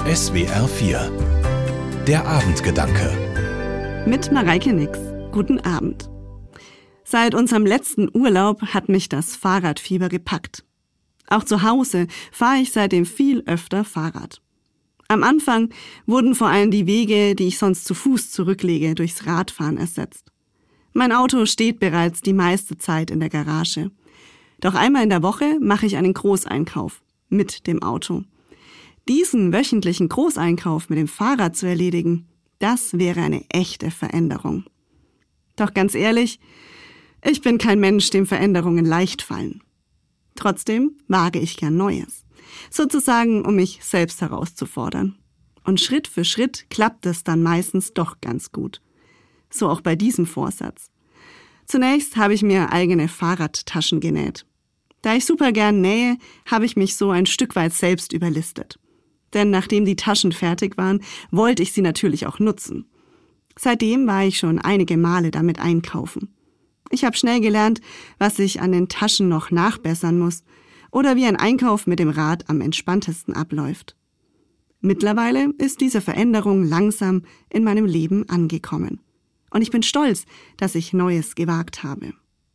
SWR 4 Der Abendgedanke Mit Mareike Nix. Guten Abend. Seit unserem letzten Urlaub hat mich das Fahrradfieber gepackt. Auch zu Hause fahre ich seitdem viel öfter Fahrrad. Am Anfang wurden vor allem die Wege, die ich sonst zu Fuß zurücklege, durchs Radfahren ersetzt. Mein Auto steht bereits die meiste Zeit in der Garage. Doch einmal in der Woche mache ich einen Großeinkauf mit dem Auto. Diesen wöchentlichen Großeinkauf mit dem Fahrrad zu erledigen, das wäre eine echte Veränderung. Doch ganz ehrlich, ich bin kein Mensch, dem Veränderungen leicht fallen. Trotzdem wage ich gern Neues. Sozusagen, um mich selbst herauszufordern. Und Schritt für Schritt klappt es dann meistens doch ganz gut. So auch bei diesem Vorsatz. Zunächst habe ich mir eigene Fahrradtaschen genäht. Da ich super gern nähe, habe ich mich so ein Stück weit selbst überlistet. Denn nachdem die Taschen fertig waren, wollte ich sie natürlich auch nutzen. Seitdem war ich schon einige Male damit einkaufen. Ich habe schnell gelernt, was ich an den Taschen noch nachbessern muss oder wie ein Einkauf mit dem Rad am entspanntesten abläuft. Mittlerweile ist diese Veränderung langsam in meinem Leben angekommen. Und ich bin stolz, dass ich Neues gewagt habe.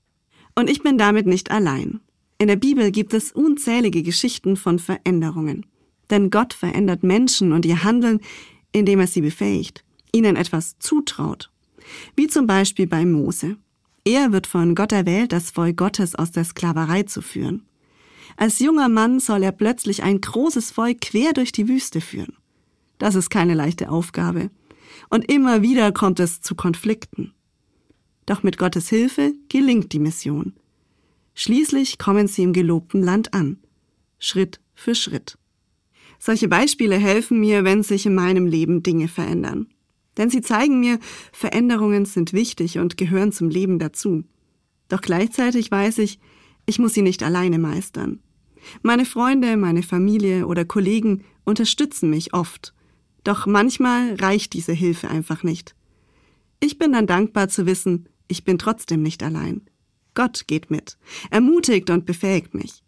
Und ich bin damit nicht allein. In der Bibel gibt es unzählige Geschichten von Veränderungen. Denn Gott verändert Menschen und ihr Handeln, indem er sie befähigt, ihnen etwas zutraut. Wie zum Beispiel bei Mose. Er wird von Gott erwählt, das Volk Gottes aus der Sklaverei zu führen. Als junger Mann soll er plötzlich ein großes Volk quer durch die Wüste führen. Das ist keine leichte Aufgabe. Und immer wieder kommt es zu Konflikten. Doch mit Gottes Hilfe gelingt die Mission. Schließlich kommen sie im gelobten Land an. Schritt für Schritt. Solche Beispiele helfen mir, wenn sich in meinem Leben Dinge verändern. Denn sie zeigen mir, Veränderungen sind wichtig und gehören zum Leben dazu. Doch gleichzeitig weiß ich, ich muss sie nicht alleine meistern. Meine Freunde, meine Familie oder Kollegen unterstützen mich oft. Doch manchmal reicht diese Hilfe einfach nicht. Ich bin dann dankbar zu wissen, ich bin trotzdem nicht allein. Gott geht mit, ermutigt und befähigt mich.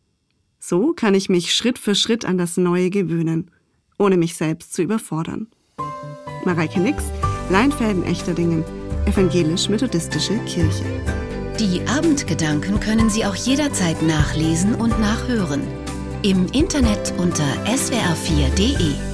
So kann ich mich Schritt für Schritt an das Neue gewöhnen, ohne mich selbst zu überfordern. Mareike Nix, Leinfelden Echterdingen, Evangelisch-Methodistische Kirche. Die Abendgedanken können Sie auch jederzeit nachlesen und nachhören. Im Internet unter swr4.de.